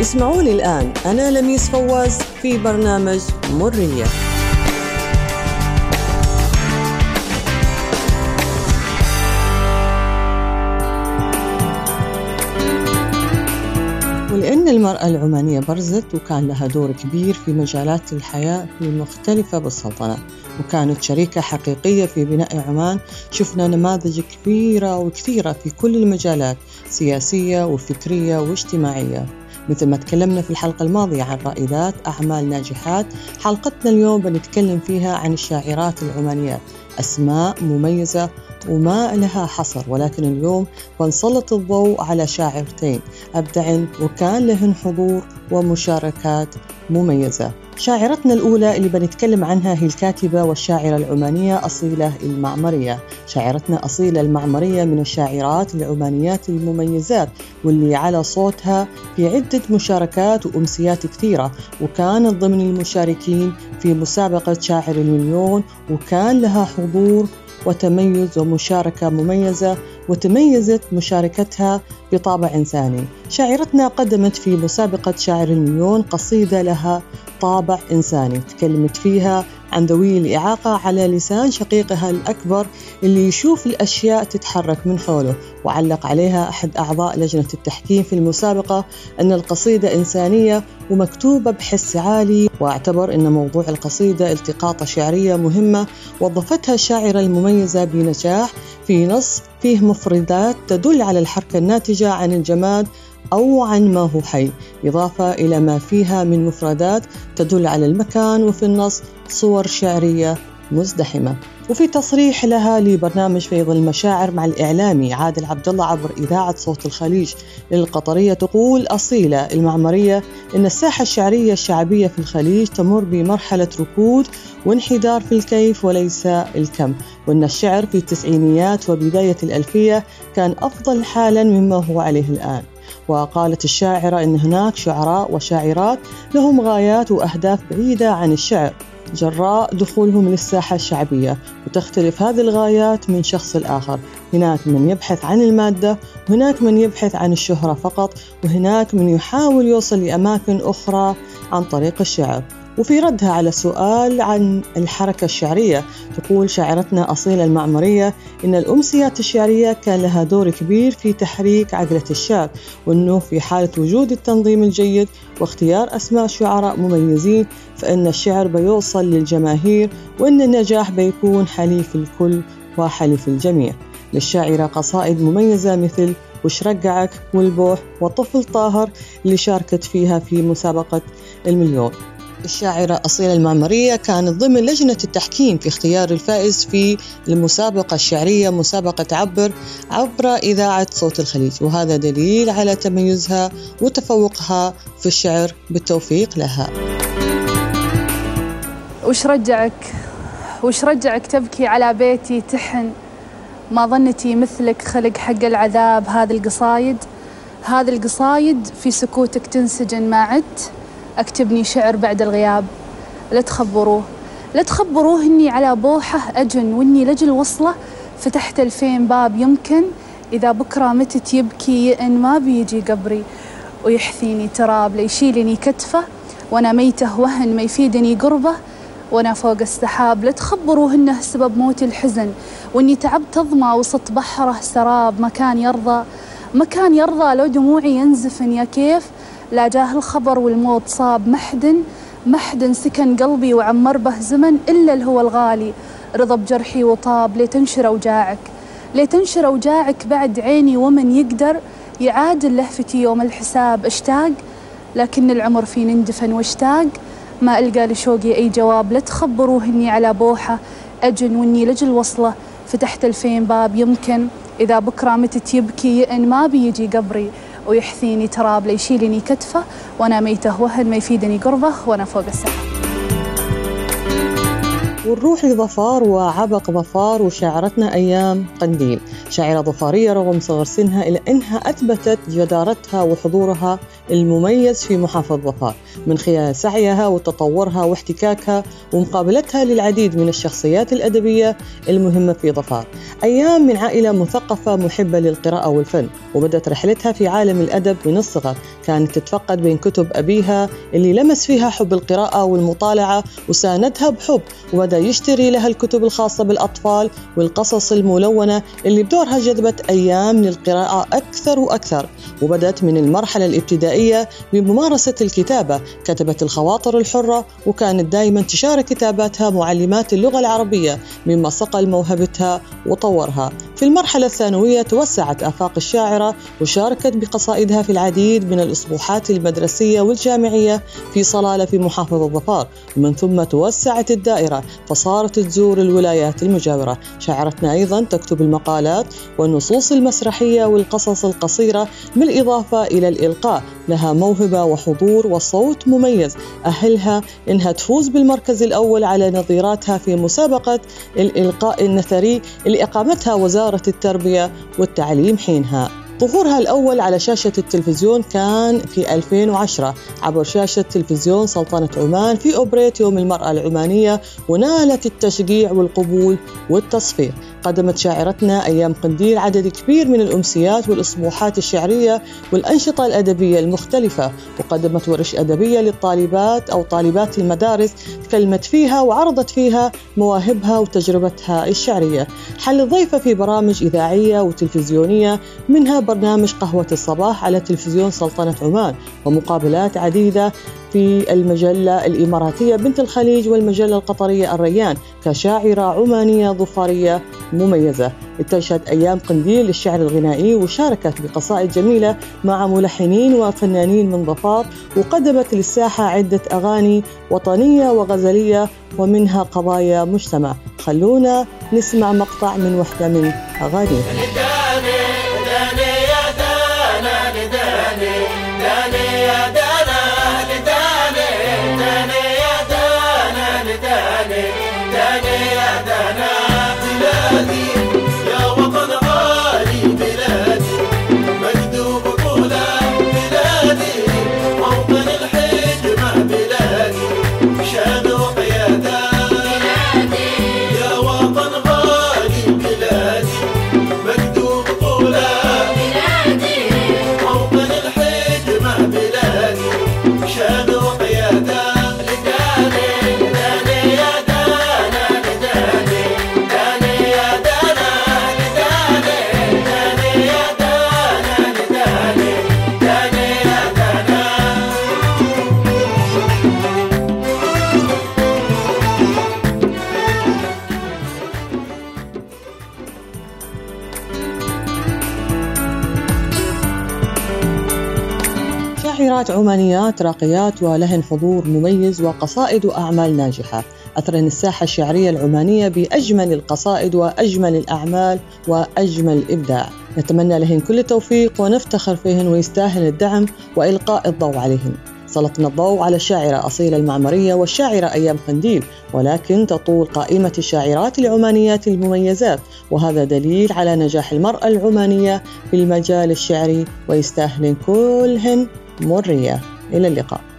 اسمعوني الآن، أنا لميس فواز في برنامج مرية. ولأن المرأة العمانية برزت وكان لها دور كبير في مجالات الحياة المختلفة بالسلطنة، وكانت شريكة حقيقية في بناء عمان، شفنا نماذج كبيرة وكثيرة في كل المجالات، سياسية وفكرية واجتماعية. مثل ما تكلمنا في الحلقة الماضية عن رائدات أعمال ناجحات، حلقتنا اليوم بنتكلم فيها عن الشاعرات العمانيات، أسماء مميزة وما لها حصر، ولكن اليوم بنسلط الضوء على شاعرتين أبدعن وكان لهن حضور ومشاركات مميزة. شاعرتنا الأولى اللي بنتكلم عنها هي الكاتبة والشاعرة العمانية أصيلة المعمرية. شاعرتنا أصيلة المعمرية من الشاعرات العمانيات المميزات، واللي على صوتها في عدة مشاركات وأمسيات كثيرة، وكانت ضمن المشاركين في مسابقة شاعر المليون، وكان لها حضور وتميز ومشاركة مميزة، وتميزت مشاركتها بطابع إنساني. شاعرتنا قدمت في مسابقة شاعر المليون قصيدة لها طابع إنساني، تكلمت فيها عن ذوي الإعاقة على لسان شقيقها الأكبر اللي يشوف الأشياء تتحرك من حوله، وعلق عليها أحد أعضاء لجنة التحكيم في المسابقة أن القصيدة إنسانية ومكتوبة بحس عالي، واعتبر أن موضوع القصيدة التقاطة شعرية مهمة وظفتها الشاعرة المميزة بنجاح في نص فيه مفردات تدل على الحركة الناتجة عن الجماد أو عن ما هو حي، إضافة إلى ما فيها من مفردات تدل على المكان، وفي النص صور شعرية مزدحمة. وفي تصريح لها لبرنامج فيض المشاعر مع الإعلامي عادل عبد الله عبر إذاعة صوت الخليج للقطرية، تقول أصيلة المعمرية إن الساحة الشعرية الشعبية في الخليج تمر بمرحلة ركود وانحدار في الكيف وليس الكم، وأن الشعر في التسعينيات وبداية الألفية كان أفضل حالا مما هو عليه الآن. وقالت الشاعرة إن هناك شعراء وشاعرات لهم غايات وأهداف بعيدة عن الشعر جراء دخولهم للساحة الشعبية، وتختلف هذه الغايات من شخص الآخر. هناك من يبحث عن المادة، وهناك من يبحث عن الشهرة فقط، وهناك من يحاول يوصل لأماكن أخرى عن طريق الشعر. وفي ردها على سؤال عن الحركة الشعرية، تقول شاعرتنا أصيلة المعمرية إن الأمسيات الشعرية كان لها دور كبير في تحريك عقلة الشعر، وأنه في حالة وجود التنظيم الجيد واختيار أسماء شعراء مميزين فإن الشعر بيوصل للجماهير، وإن النجاح بيكون حليف الكل وحليف الجميع. للشاعرة قصائد مميزة مثل وش رجعك والبوح وطفل طاهر اللي شاركت فيها في مسابقة المليون. الشاعرة أصيلة المعمرية كانت ضمن لجنة التحكيم في اختيار الفائز في المسابقة الشعرية مسابقة عبر إذاعة صوت الخليج، وهذا دليل على تميزها وتفوقها في الشعر، بالتوفيق لها. وش رجعك تبكي على بيتي تحن، ما ظنتي مثلك خلق حق العذاب. هذه القصايد في سكوتك تنسجن، ما عدت أكتبني شعر بعد الغياب. لا تخبروه إني على بوحة أجن، وإني لجل وصله فتحت 2000 باب. يمكن إذا بكرة متت يبكي يئن، ما بيجي قبري ويحثيني تراب ليشيلني كتفه، وأنا ميته وهن ما يفيدني قربه وأنا فوق السحاب. لا تخبروه إنه سبب موت الحزن، وإني تعبت أظمى وسط بحره سراب. مكان يرضى لو دموعي ينزفن، يا كيف لا جاه الخبر والموت صاب. محدن سكن قلبي وعمر به زمن إلا الهوى الغالي رضى بجرحي وطاب. ليتنشر أوجاعك بعد عيني، ومن يقدر يعادل لهفتي يوم الحساب. اشتاق لكن العمر في نندفن، واشتاق ما ألقى لشوقي أي جواب. لا تخبروه إني على بوحة أجن، وإني لجل وصله فتحت 2000 باب. يمكن إذا بكرة متت يبكي يئن، ما بيجي قبري ويحثيني تراب ليشيلني كتفه، وأنا ميته وهن ما يفيدني قربه وأنا فوق السحاب. ونروح لظفار وعبق ظفار وشاعرتنا أيام قنديل. شاعرة ظفارية رغم صغر سنها إلا أنها أثبتت جدارتها وحضورها المميز في محافظة ظفار من خلال سعيها وتطورها واحتكاكها ومقابلتها للعديد من الشخصيات الأدبية المهمة في ظفار. أيام من عائلة مثقفة محبة للقراءة والفن، وبدأت رحلتها في عالم الأدب من الصغر. كانت تتفقد بين كتب أبيها اللي لمس فيها حب القراءة والمطالعة وساندها بحب، وبدأ يشتري لها الكتب الخاصة بالأطفال والقصص الملونة اللي بدورها جذبت أيام للقراءة أكثر وأكثر. وبدأت من المرحلة الابتدائية بممارسة الكتابة، كتبت الخواطر الحرة وكانت دائما تشارك كتاباتها معلمات اللغة العربية مما صقل موهبتها وطورها. في المرحلة الثانوية توسعت آفاق الشاعرة وشاركت بقصائدها في العديد من الأسبوعات المدرسية والجامعية في صلالة في محافظة ظفار، ومن ثم توسعت الدائرة فصارت تزور الولايات المجاورة. شاعرتنا أيضا تكتب المقالات والنصوص المسرحية والقصص القصيرة بالإضافة إلى الإلقاء. لها موهبة وحضور وصوت مميز أهلها إنها تفوز بالمركز الأول على نظيراتها في مسابقة الإلقاء النثري اللي أقامتها وزارة التربية والتعليم حينها. ظهورها الأول على شاشة التلفزيون كان في 2010 عبر شاشة تلفزيون سلطنة عمان في أوبريت يوم المرأة العمانية، ونالت التشجيع والقبول والتصفيق. قدمت شاعرتنا أيام قنديل عدد كبير من الأمسيات والأسبوعات الشعرية والأنشطة الأدبية المختلفة، وقدمت ورش أدبية للطالبات أو طالبات المدارس تكلمت فيها وعرضت فيها مواهبها وتجربتها الشعرية. حل ضيفة في برامج إذاعية وتلفزيونية، منها برنامج قهوة الصباح على تلفزيون سلطنة عمان، ومقابلات عديدة في المجلة الإماراتية بنت الخليج والمجلة القطرية الريان كشاعرة عمانية ظفارية مميزة. انتشرت أيام قنديل للشعر الغنائي وشاركت بقصائد جميلة مع ملحنين وفنانين من ظفار، وقدمت للساحة عدة أغاني وطنية وغزلية ومنها قضايا مجتمع. خلونا نسمع مقطع من واحدة من أغانيها. شاعرات عمانيات راقيات ولهن حضور مميز وقصائد وأعمال ناجحة، أثرن الساحة الشعرية العمانية بأجمل القصائد وأجمل الأعمال وأجمل الإبداع. نتمنى لهن كل التوفيق ونفتخر فيهن ويستاهل الدعم وإلقاء الضوء عليهن. سلطنا الضوء على الشاعرة أصيلة المعمرية والشاعرة أيام قنديل، ولكن تطول قائمة الشاعرات العمانيات المميزات، وهذا دليل على نجاح المرأة العمانية في المجال الشعري ويستاهلن كلهن مرية. إلى اللقاء.